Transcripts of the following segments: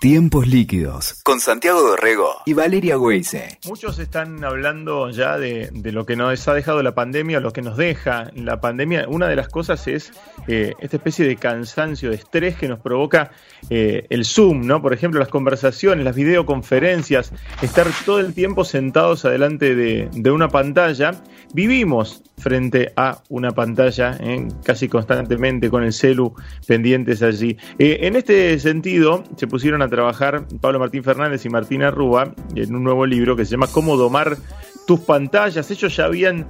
Tiempos líquidos, con Santiago Dorrego y Valeria Weise. Muchos están hablando ya de lo que nos ha dejado la pandemia, o lo que nos deja la pandemia. Una de las cosas es esta especie de cansancio, de estrés que nos provoca el Zoom, ¿no? Por ejemplo, las conversaciones, las videoconferencias, estar todo el tiempo sentados adelante de una pantalla. Vivimos frente a una pantalla casi constantemente con el celu pendientes allí. En este sentido, se pusieron a trabajar Pablo Martín Fernández y Martina Rúa en un nuevo libro que se llama Cómo domar tus pantallas. Ellos ya habían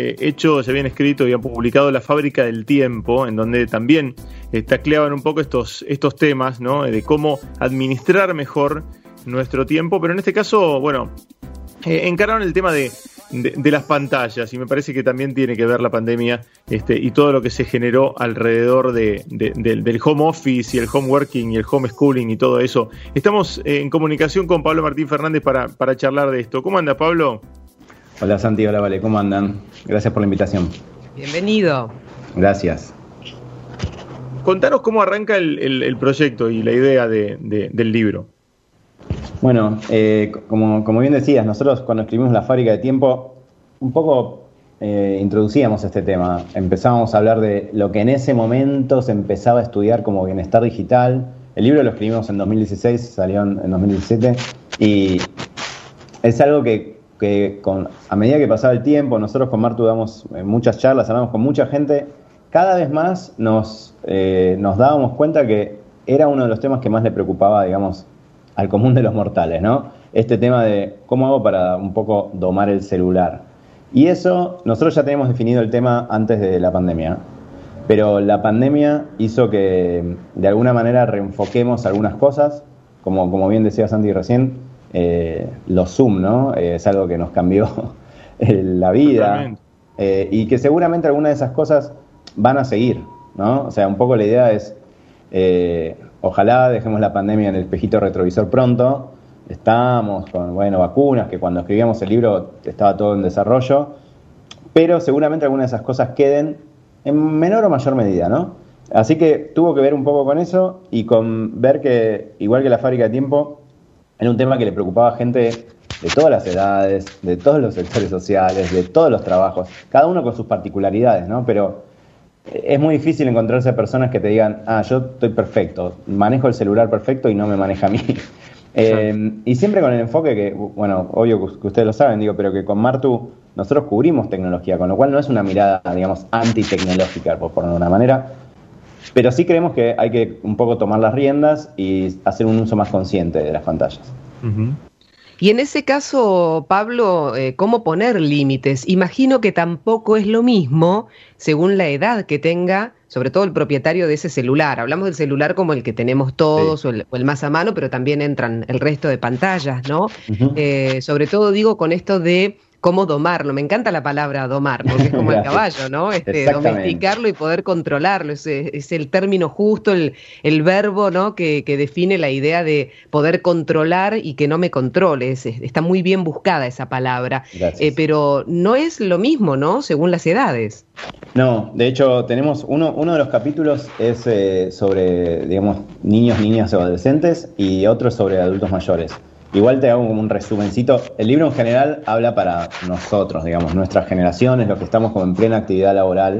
escrito, habían publicado La fábrica del tiempo, en donde también tacleaban un poco estos temas, ¿no? De cómo administrar mejor nuestro tiempo, pero en este caso, encararon el tema de las pantallas, y me parece que también tiene que ver la pandemia y todo lo que se generó alrededor del home office y el home working y el home schooling y todo eso. Estamos en comunicación con Pablo Martín Fernández para charlar de esto. ¿Cómo anda, Pablo? Hola, Santi, hola, Vale, ¿cómo andan? Gracias por la invitación. Bienvenido. Gracias. Contanos cómo arranca el proyecto y la idea del libro. Bueno, como bien decías, nosotros cuando escribimos La fábrica de tiempo, un poco introducíamos este tema. Empezábamos a hablar de lo que en ese momento se empezaba a estudiar como bienestar digital. El libro lo escribimos en 2016, salió en 2017, y es algo que a medida que pasaba el tiempo, nosotros con Martu damos muchas charlas, hablamos con mucha gente, cada vez más nos dábamos cuenta que era uno de los temas que más le preocupaba, digamos, al común de los mortales, ¿no? Este tema de cómo hago para un poco domar el celular. Y eso, nosotros ya teníamos definido el tema antes de la pandemia, pero la pandemia hizo que de alguna manera reenfoquemos algunas cosas, como bien decía Santi recién, los Zoom, ¿no? Es algo que nos cambió la vida, y que seguramente algunas de esas cosas van a seguir, ¿no? O sea, un poco la idea es, ojalá dejemos la pandemia en el espejito retrovisor pronto. Estamos con, vacunas, que cuando escribíamos el libro estaba todo en desarrollo, pero seguramente algunas de esas cosas queden en menor o mayor medida, ¿no? Así que tuvo que ver un poco con eso y con ver que, igual que La fábrica de tiempo, era un tema que le preocupaba a gente de todas las edades, de todos los sectores sociales, de todos los trabajos, cada uno con sus particularidades, ¿no? Pero es muy difícil encontrarse personas que te digan, yo estoy perfecto, manejo el celular perfecto y no me maneja a mí. Y siempre con el enfoque que, obvio que ustedes lo saben, pero que con Martu nosotros cubrimos tecnología, con lo cual no es una mirada, digamos, antitecnológica, por ponerlo de una manera, pero sí creemos que hay que un poco tomar las riendas y hacer un uso más consciente de las pantallas. Uh-huh. Y en ese caso, Pablo, ¿cómo poner límites? Imagino que tampoco es lo mismo según la edad que tenga, sobre todo el propietario de ese celular. Hablamos del celular como el que tenemos todos, sí, o el más a mano, pero también entran el resto de pantallas, ¿no? Uh-huh. Sobre todo digo con esto de cómo domarlo. Me encanta la palabra domar, porque es como el caballo, ¿no? Domesticarlo y poder controlarlo. Es el término justo, el verbo, ¿no? Que define la idea de poder controlar y que no me controle. Está muy bien buscada esa palabra. Pero no es lo mismo, ¿no? Según las edades. No, de hecho tenemos uno de los capítulos es sobre, digamos, niños, niñas o adolescentes, y otro sobre adultos mayores. Igual te hago como un resumencito. El libro en general habla para nosotros, digamos, nuestras generaciones, los que estamos como en plena actividad laboral,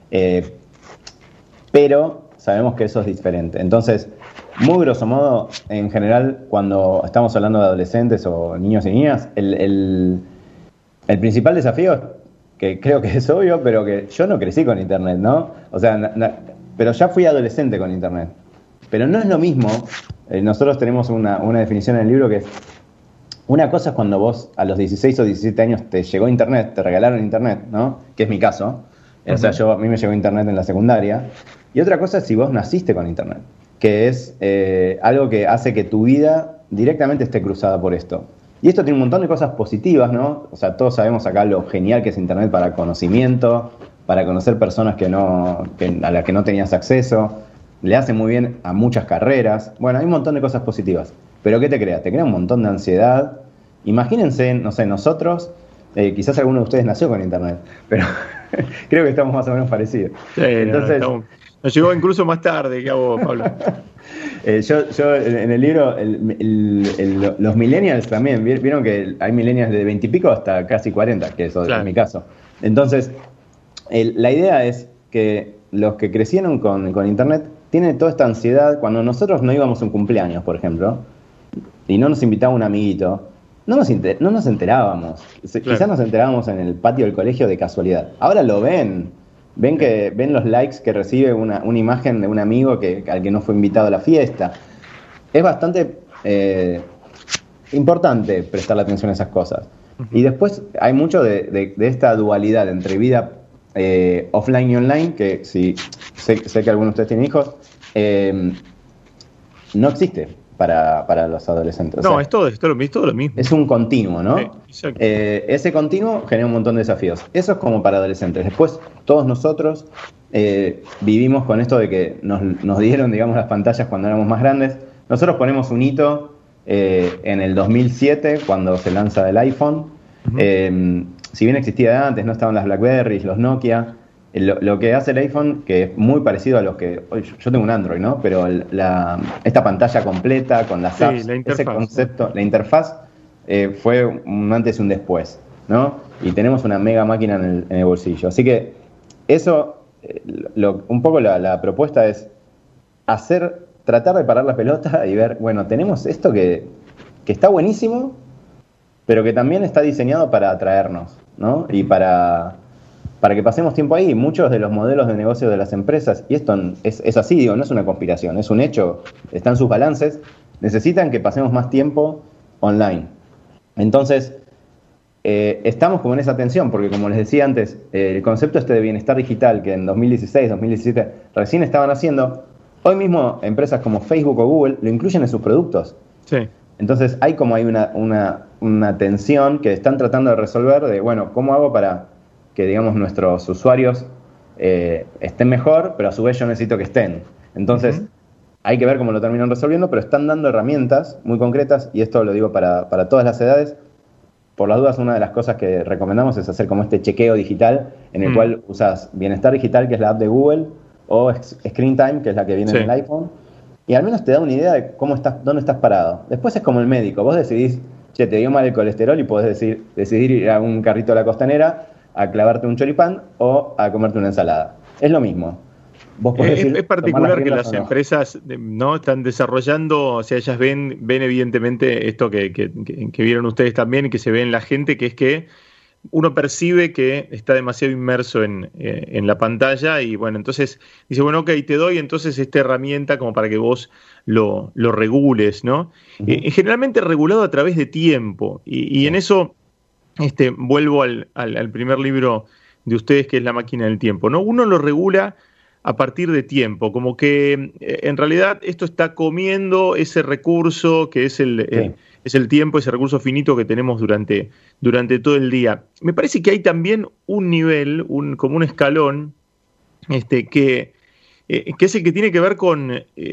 pero sabemos que eso es diferente. Entonces, muy grosso modo, en general, cuando estamos hablando de adolescentes o niños y niñas, el principal desafío, que creo que es obvio, pero que yo no crecí con internet, ¿no? O sea, pero ya fui adolescente con internet. Pero no es lo mismo. Nosotros tenemos una definición en el libro que es: una cosa es cuando vos a los 16 o 17 años te llegó internet, te regalaron internet, ¿no? Que es mi caso. Uh-huh. O sea, a mí me llegó internet en la secundaria. Y otra cosa es si vos naciste con internet, que es algo que hace que tu vida directamente esté cruzada por esto. Y esto tiene un montón de cosas positivas, ¿no? O sea, todos sabemos acá lo genial que es internet para conocimiento, para conocer personas a las que no tenías acceso. Le hace muy bien a muchas carreras. Bueno, hay un montón de cosas positivas. Pero ¿qué te crea? Te crea un montón de ansiedad. Imagínense, no sé, nosotros, quizás alguno de ustedes nació con internet, pero creo que estamos más o menos parecidos. Sí, entonces, nos llegó incluso más tarde que a vos, Pablo. Yo en el libro, los millennials también, vieron que hay millennials de 20 y pico hasta casi 40, que eso es mi caso. Entonces, la idea es que los que crecieron con Internet tienen toda esta ansiedad. Cuando nosotros no íbamos a un cumpleaños, por ejemplo, y no nos invitaba un amiguito, no nos enterábamos. Claro. Quizás nos enterábamos en el patio del colegio de casualidad. Ahora lo ven los likes que recibe una imagen de un amigo al que no fue invitado a la fiesta. Es bastante importante prestarle atención a esas cosas. Y después hay mucho de esta dualidad entre vida offline y online, que si sé que algunos de ustedes tienen hijos, no existe para los adolescentes. No, o sea, es todo lo mismo. Es un continuo, ¿no? Sí, ese continuo genera un montón de desafíos. Eso es como para adolescentes. Después, todos nosotros vivimos con esto de que nos dieron, digamos, las pantallas cuando éramos más grandes. Nosotros ponemos un hito en el 2007, cuando se lanza el iPhone. Uh-huh. Si bien existía de antes, no estaban las BlackBerry, los Nokia. Lo que hace el iPhone, que es muy parecido a los que... Yo tengo un Android, ¿no? Pero esta pantalla completa con las apps, ese concepto, la interfaz, fue un antes y un después, ¿no? Y tenemos una mega máquina en el bolsillo. Así que eso, un poco la propuesta es tratar de parar la pelota y ver, bueno, tenemos esto que está buenísimo, pero que también está diseñado para atraernos, ¿no? Y para que pasemos tiempo ahí. Muchos de los modelos de negocio de las empresas, y esto es así, digo, no es una conspiración, es un hecho, están sus balances, necesitan que pasemos más tiempo online. Entonces, estamos como en esa tensión, porque como les decía antes, el concepto de bienestar digital que en 2016, 2017 recién estaban haciendo, hoy mismo empresas como Facebook o Google lo incluyen en sus productos. Sí. Entonces hay una tensión que están tratando de resolver de, bueno, ¿cómo hago para que, digamos, nuestros usuarios estén mejor, pero a su vez yo necesito que estén? Entonces, hay que ver cómo lo terminan resolviendo, pero están dando herramientas muy concretas, y esto lo digo para todas las edades. Por las dudas, una de las cosas que recomendamos es hacer como este chequeo digital, en el cual usas Bienestar Digital, que es la app de Google, o Screen Time, que es la que viene en el iPhone, y al menos te da una idea de dónde estás parado. Después es como el médico, vos decidís, te dio mal el colesterol, y podés decidir ir a un carrito a la Costanera a clavarte un choripán o a comerte una ensalada. Es lo mismo. Vos podés es particular que las empresas no están desarrollando, o sea, ellas ven evidentemente esto que vieron ustedes también y que se ve en la gente, que es que uno percibe que está demasiado inmerso en la pantalla, y bueno, entonces dice, bueno, ok, te doy entonces esta herramienta como para que vos lo regules, ¿no? Uh-huh. Generalmente regulado a través de tiempo, y en eso vuelvo al primer libro de ustedes, que es La máquina del tiempo, ¿no? Uno lo regula a partir de tiempo, como que en realidad esto está comiendo ese recurso que es el tiempo, ese recurso finito que tenemos durante todo el día. Me parece que hay también un nivel, como un escalón, que es el que tiene que ver con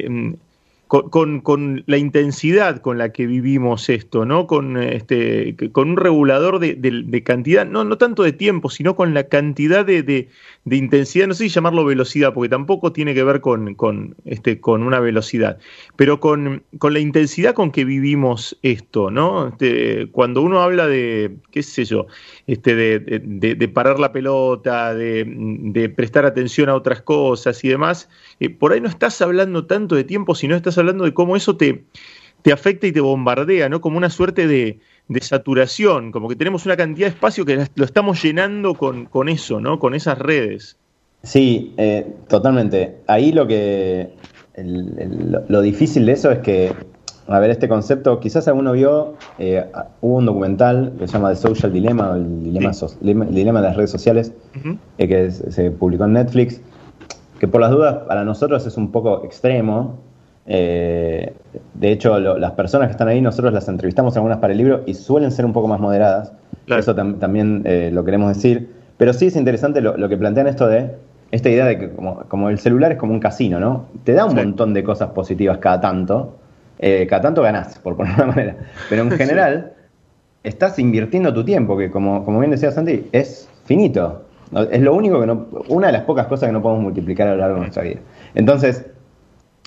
la intensidad con la que vivimos esto, ¿no? Con un regulador de cantidad, no tanto de tiempo, sino con la cantidad de intensidad, no sé si llamarlo velocidad, porque tampoco tiene que ver con una velocidad, pero con la intensidad con que vivimos esto, ¿no? Cuando uno habla de, qué sé yo, de parar la pelota, de prestar atención a otras cosas y demás, por ahí no estás hablando tanto de tiempo, sino estás hablando de cómo eso te afecta y te bombardea, ¿no? Como una suerte de saturación, como que tenemos una cantidad de espacio que lo estamos llenando con eso, ¿no? Con esas redes. Sí, totalmente. Ahí lo difícil de eso es que, a ver, este concepto, quizás alguno vio, hubo un documental que se llama The Social Dilemma, o el dilema de las redes sociales, uh-huh. Que se publicó en Netflix, que por las dudas para nosotros es un poco extremo. De hecho, las personas que están ahí, nosotros las entrevistamos algunas para el libro y suelen ser un poco más moderadas. Claro. Eso también lo queremos decir. Pero sí es interesante lo que plantean esta idea de que como el celular es como un casino, ¿no? Te da un montón de cosas positivas cada tanto ganás, por poner una manera. Pero en general estás invirtiendo tu tiempo, que como bien decía Santi, es finito. Es lo único una de las pocas cosas que no podemos multiplicar a lo largo de nuestra vida. Entonces,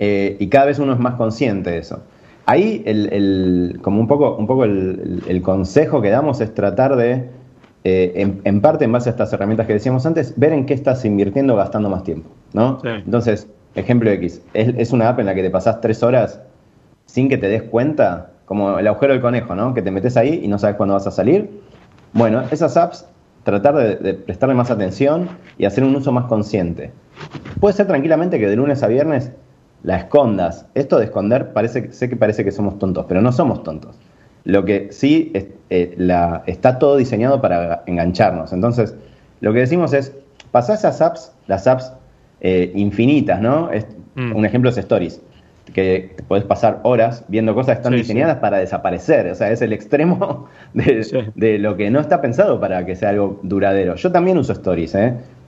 y cada vez uno es más consciente de eso. Ahí como un poco el consejo que damos es tratar de, en parte en base a estas herramientas que decíamos antes, ver en qué estás invirtiendo gastando más tiempo, ¿no? Sí. Entonces, ejemplo X, es una app en la que te pasás 3 horas sin que te des cuenta, como el agujero del conejo, ¿no? Que te metes ahí y no sabes cuándo vas a salir. Bueno, esas apps, tratar de prestarle más atención y hacer un uso más consciente. Puede ser tranquilamente que de lunes a viernes la escondas. Esto de esconder sé que parece que somos tontos, pero no somos tontos. Lo que sí está todo diseñado para engancharnos. Entonces, lo que decimos es, pasá esas apps, las apps infinitas, ¿no? Un ejemplo es Stories, que podés pasar horas viendo cosas que están diseñadas para desaparecer. O sea, es el extremo de lo que no está pensado para que sea algo duradero. Yo también uso Stories,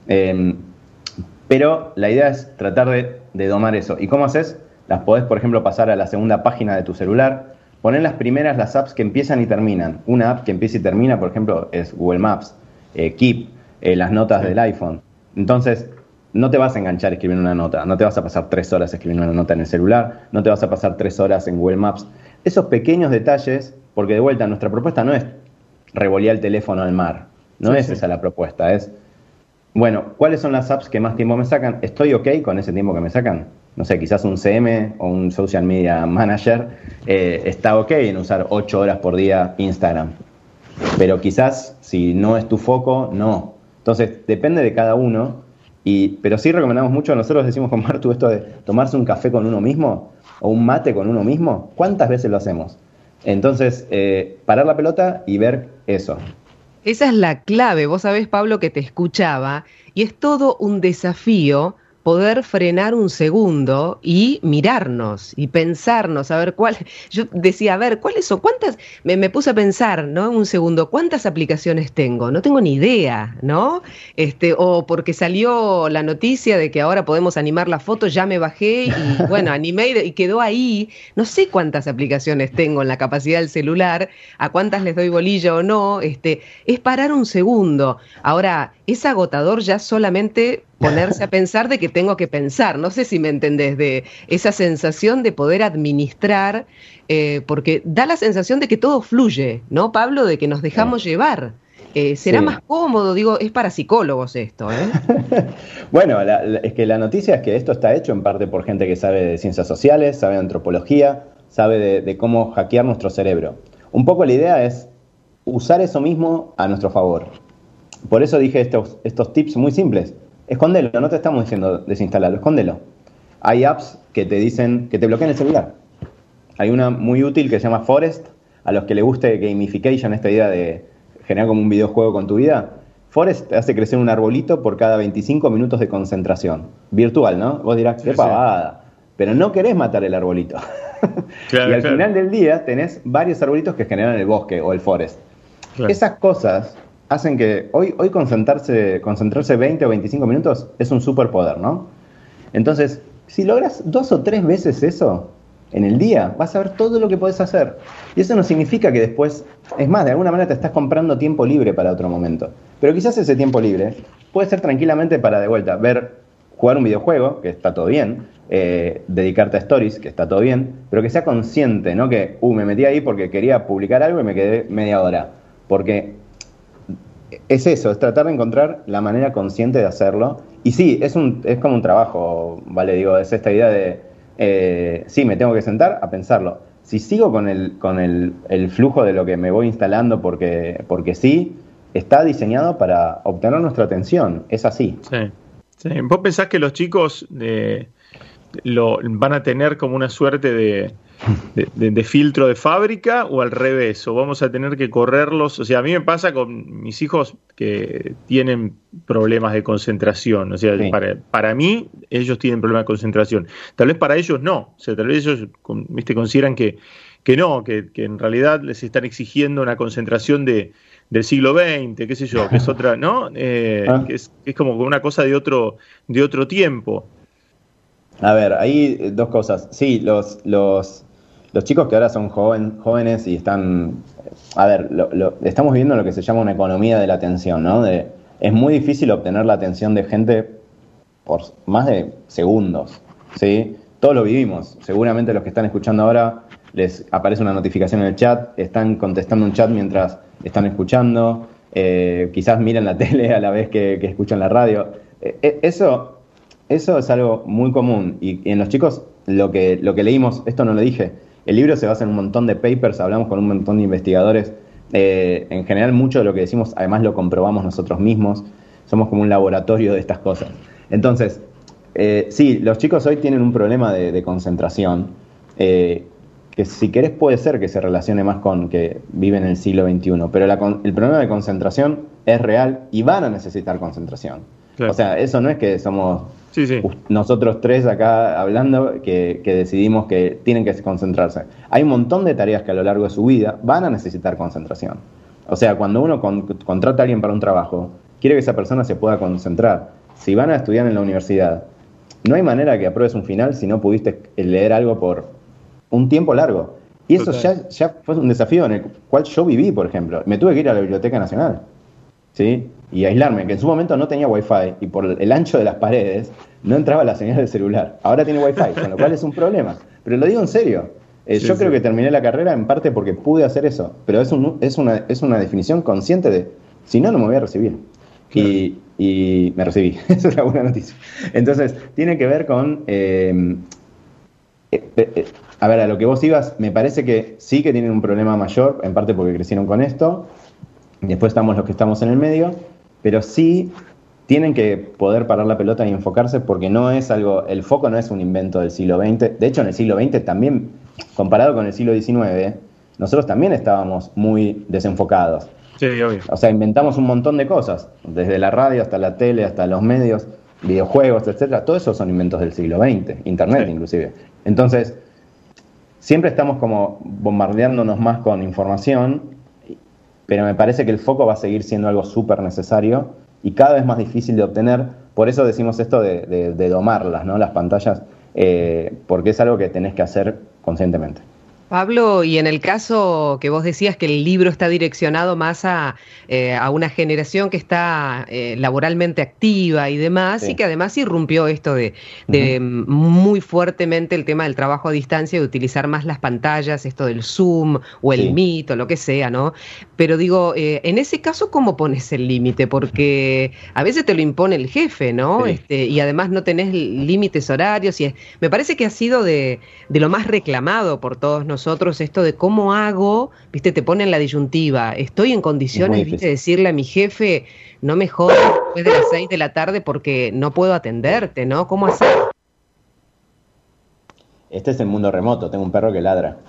pero la idea es tratar de domar eso. ¿Y cómo haces? Las podés, por ejemplo, pasar a la segunda página de tu celular, poner las primeras las apps que empiezan y terminan. Una app que empieza y termina, por ejemplo, es Google Maps, Keep, las notas del iPhone. Entonces, no te vas a enganchar escribiendo una nota, no te vas a pasar 3 horas escribiendo una nota en el celular, no te vas a pasar 3 horas en Google Maps. Esos pequeños detalles, porque de vuelta nuestra propuesta no es revolear el teléfono al mar, no es esa la propuesta, es, bueno, ¿cuáles son las apps que más tiempo me sacan? ¿Estoy ok con ese tiempo que me sacan? No sé, quizás un CM o un Social Media Manager está ok en usar 8 horas por día Instagram, pero quizás si no es tu foco, no. Entonces, depende de cada uno. Pero sí recomendamos mucho, nosotros decimos con Martu esto de tomarse un café con uno mismo o un mate con uno mismo. ¿Cuántas veces lo hacemos? Entonces, parar la pelota y ver eso. Esa es la clave. Vos sabés, Pablo, que te escuchaba y es todo un desafío poder frenar un segundo y mirarnos y pensarnos, a ver cuál. Yo decía, a ver, ¿cuáles son? ¿Cuántas? Me puse a pensar, ¿no? Un segundo, ¿cuántas aplicaciones tengo? No tengo ni idea, ¿no? O porque salió la noticia de que ahora podemos animar la foto, ya me bajé y bueno, animé y quedó ahí. No sé cuántas aplicaciones tengo en la capacidad del celular, a cuántas les doy bolilla o no. Es parar un segundo. Ahora, es agotador ya solamente ponerse a pensar de que tengo que pensar. No sé si me entendés, de esa sensación de poder administrar, porque da la sensación de que todo fluye, ¿no, Pablo? De que nos dejamos llevar. Será más cómodo, digo, es para psicólogos esto, ¿eh? Bueno, es que la noticia es que esto está hecho en parte por gente que sabe de ciencias sociales, sabe de antropología, sabe de cómo hackear nuestro cerebro. Un poco la idea es usar eso mismo a nuestro favor. Por eso dije estos tips muy simples. Escóndelo, no te estamos diciendo desinstalarlo, escóndelo. Hay apps que te dicen que te bloquean el celular. Hay una muy útil que se llama Forest, a los que les guste gamification, esta idea de generar como un videojuego con tu vida. Forest te hace crecer un arbolito por cada 25 minutos de concentración. Virtual, ¿no? Vos dirás, qué pavada. Pero no querés matar el arbolito. Claro, y al final del día tenés varios arbolitos que generan el bosque o el forest. Claro. Esas cosas hacen que hoy concentrarse 20 o 25 minutos es un superpoder, ¿no? Entonces, si logras 2 o 3 veces eso en el día, vas a ver todo lo que podés hacer. Y eso no significa que después, es más, de alguna manera te estás comprando tiempo libre para otro momento. Pero quizás ese tiempo libre puede ser tranquilamente para, de vuelta, jugar un videojuego, que está todo bien, dedicarte a stories, que está todo bien, pero que sea consciente, ¿no? Que, me metí ahí porque quería publicar algo y me quedé media hora. Porque es eso, es tratar de encontrar la manera consciente de hacerlo. Y sí, es como un trabajo, ¿vale? Digo, es esta idea de, sí, me tengo que sentar a pensarlo. Si sigo con el flujo de lo que me voy instalando porque sí, está diseñado para obtener nuestra atención. Es así. Sí. ¿Vos pensás que los chicos van a tener como una suerte de filtro de fábrica o al revés? ¿O vamos a tener que correrlos? O sea, a mí me pasa con mis hijos que tienen problemas de concentración. O sea, sí. Para mí, ellos tienen problemas de concentración. Tal vez para ellos no. O sea, tal vez ellos consideran que no, que en realidad les están exigiendo una concentración del siglo XX, qué sé yo, que es otra, ¿no? Que es como una cosa de otro tiempo. A ver, hay 2 cosas. Sí, los chicos que ahora son jóvenes y están... A ver, estamos viviendo lo que se llama una economía de la atención, ¿no? Es muy difícil obtener la atención de gente por más de segundos, ¿sí? todos lo vivimos. Seguramente los que están escuchando ahora les aparece una notificación en el chat, están contestando un chat mientras están escuchando, quizás miran la tele a la vez que escuchan la radio. Eso es algo muy común. Y en los chicos, lo que leímos, esto no lo dije, el libro se basa en un montón de papers, hablamos con un montón de investigadores. En general, mucho de lo que decimos, además lo comprobamos nosotros mismos. Somos como un laboratorio de estas cosas. Entonces, sí, los chicos hoy tienen un problema de concentración, que si querés puede ser que se relacione más con que viven en el siglo XXI, pero el problema de concentración es real y van a necesitar concentración. Claro. O sea, eso no es que somos nosotros tres acá hablando que decidimos que tienen que concentrarse. Hay un montón de tareas que a lo largo de su vida van a necesitar concentración. O sea, cuando uno contrata a alguien para un trabajo, quiere que esa persona se pueda concentrar. Si van a estudiar en la universidad, no hay manera que apruebes un final si no pudiste leer algo por un tiempo largo. Y eso ya fue un desafío en el cual yo viví, por ejemplo. Me tuve que ir a la Biblioteca Nacional, ¿sí? Y aislarme, que en su momento no tenía wifi y por el ancho de las paredes no entraba la señal del celular. Ahora tiene wifi, con lo cual es un problema. Pero lo digo en serio. Yo creo que terminé la carrera en parte porque pude hacer eso. Pero es una definición consciente de, si no, no me voy a recibir. Claro. Y me recibí. Esa es la buena noticia. Entonces, tiene que ver con... a ver, a lo que vos ibas, me parece que sí que tienen un problema mayor, en parte porque crecieron con esto, después estamos los que estamos en el medio, pero sí tienen que poder parar la pelota y enfocarse porque no es algo, el foco no es un invento del siglo XX, de hecho en el siglo XX también, comparado con el siglo XIX, nosotros también estábamos muy desenfocados. Sí, obvio. O sea, inventamos un montón de cosas, desde la radio hasta la tele, hasta los medios, videojuegos, etcétera, todo eso son inventos del siglo XX, internet inclusive. Entonces, siempre estamos como bombardeándonos más con información, pero me parece que el foco va a seguir siendo algo súper necesario y cada vez más difícil de obtener. Por eso decimos esto de domarlas, ¿no? Las pantallas, porque es algo que tenés que hacer conscientemente. Pablo, y en el caso que vos decías que el libro está direccionado más a una generación que está laboralmente activa y demás, y que además irrumpió esto de muy fuertemente el tema del trabajo a distancia, de utilizar más las pantallas, esto del Zoom o el Meet o lo que sea, ¿no? Pero digo, en ese caso, ¿cómo pones el límite? Porque a veces te lo impone el jefe, ¿no? Y además no tenés límites horarios, y me parece que ha sido de lo más reclamado por todos nosotros esto de cómo hago, viste, te ponen la disyuntiva, estoy en condiciones, viste, de decirle a mi jefe, no me jodas después de las 6 de la tarde porque no puedo atenderte, ¿no? ¿Cómo hacer? Este es el mundo remoto, tengo un perro que ladra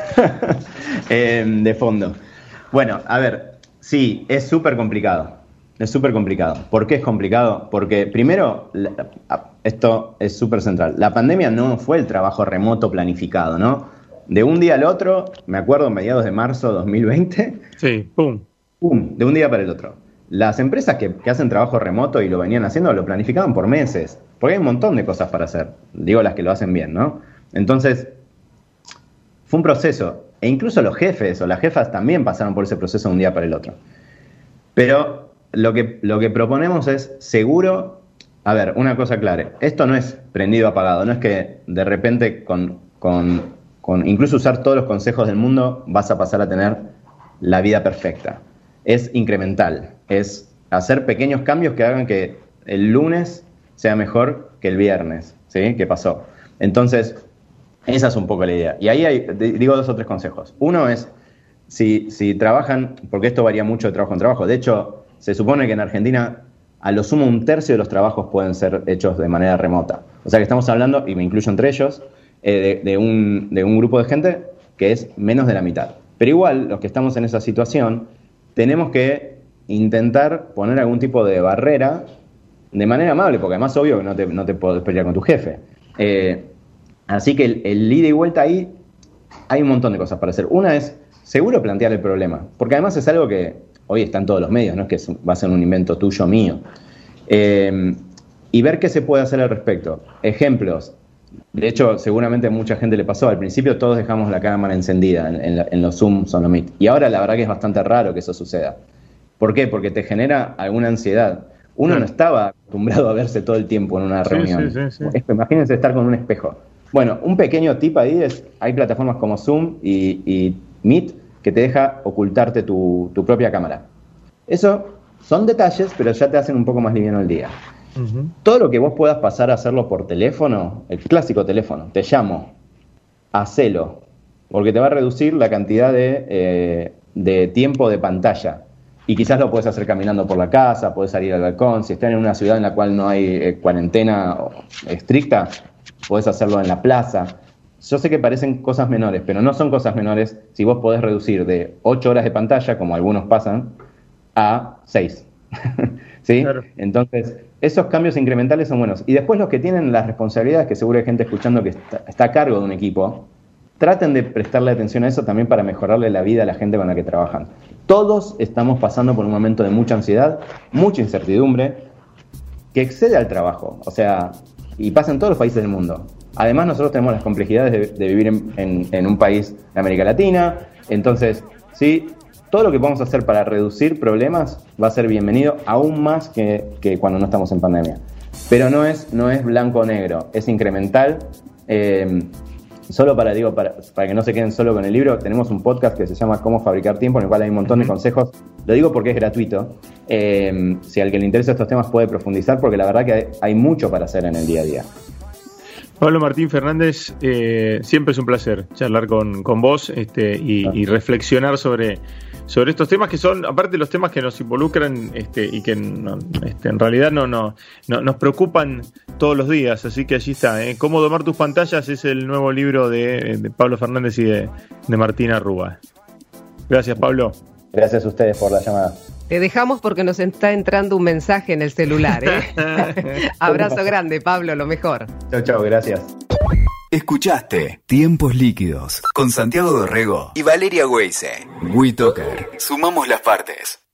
de fondo. Bueno, a ver, sí, es súper complicado. Es súper complicado. ¿Por qué es complicado? Porque primero, esto es súper central. La pandemia no fue el trabajo remoto planificado, ¿no? De un día al otro, me acuerdo, mediados de marzo de 2020. Sí, pum. Pum, de un día para el otro. Las empresas que hacen trabajo remoto y lo venían haciendo, lo planificaban por meses. Porque hay un montón de cosas para hacer. Digo, las que lo hacen bien, ¿no? Entonces, fue un proceso. E incluso los jefes o las jefas también pasaron por ese proceso de un día para el otro. Pero lo que proponemos es seguro. A ver, una cosa clara. Esto no es prendido apagado. No es que de repente con incluso usar todos los consejos del mundo vas a pasar a tener la vida perfecta. Es incremental. Es hacer pequeños cambios que hagan que el lunes sea mejor que el viernes, ¿sí? Que pasó. Entonces, esa es un poco la idea. Y ahí digo 2 o 3 consejos. Uno es, si trabajan, porque esto varía mucho de trabajo en trabajo. De hecho, se supone que en Argentina, a lo sumo 1/3 de los trabajos pueden ser hechos de manera remota. O sea que estamos hablando, y me incluyo entre ellos, de un grupo de gente que es menos de la mitad. Pero igual, los que estamos en esa situación, tenemos que intentar poner algún tipo de barrera de manera amable, porque además obvio que no te podés pelear con tu jefe. Así que el ida y vuelta ahí, hay un montón de cosas para hacer. Una es, seguro, plantear el problema, porque además es algo que hoy está en todos los medios, no es que va a ser un invento tuyo mío. Y ver qué se puede hacer al respecto. Ejemplos. De hecho, seguramente a mucha gente le pasó. Al principio todos dejamos la cámara encendida en los Zooms o los Meet. Y ahora la verdad que es bastante raro que eso suceda. ¿Por qué? Porque te genera alguna ansiedad. Uno no estaba acostumbrado a verse todo el tiempo en una reunión. Sí. Imagínense estar con un espejo. Bueno, un pequeño tip ahí es, hay plataformas como Zoom y Meet que te deja ocultarte tu propia cámara. Eso son detalles, pero ya te hacen un poco más liviano el día. Uh-huh. Todo lo que vos puedas pasar a hacerlo por teléfono, el clásico teléfono, te llamo, hacelo, porque te va a reducir la cantidad de tiempo de pantalla. Y quizás lo puedes hacer caminando por la casa, puedes salir al balcón. Si estás en una ciudad en la cual no hay cuarentena estricta, puedes hacerlo en la plaza. Yo sé que parecen cosas menores, pero no son cosas menores si vos podés reducir de 8 horas de pantalla, como algunos pasan, a 6. ¿Sí? Claro. Entonces, esos cambios incrementales son buenos. Y después los que tienen las responsabilidades, que seguro hay gente escuchando que está a cargo de un equipo, traten de prestarle atención a eso también para mejorarle la vida a la gente con la que trabajan. Todos estamos pasando por un momento de mucha ansiedad, mucha incertidumbre, que excede al trabajo. O sea, y pasa en todos los países del mundo. Además, nosotros tenemos las complejidades de vivir en un país de América Latina. Entonces, sí, todo lo que podamos hacer para reducir problemas va a ser bienvenido, aún más que cuando no estamos en pandemia. Pero no es blanco o negro, es incremental. Solo para que no se queden solo con el libro, tenemos un podcast que se llama Cómo Fabricar Tiempo, en el cual hay un montón de consejos. Lo digo porque es gratuito. Si al que le interesa estos temas puede profundizar, porque la verdad que hay mucho para hacer en el día a día. Pablo Martín Fernández, siempre es un placer charlar con vos y reflexionar sobre estos temas que son, aparte los temas que nos involucran y que en realidad no nos preocupan todos los días. Así que allí está, Cómo domar tus pantallas es el nuevo libro de Pablo Fernández y de Martina Rúa. Gracias, Pablo. Gracias a ustedes por la llamada. Te dejamos porque nos está entrando un mensaje en el celular. Abrazo grande, Pablo, lo mejor. Chau, gracias. Escuchaste Tiempos Líquidos con Santiago Dorrego y Valeria Weise. WeToker. Sumamos las partes.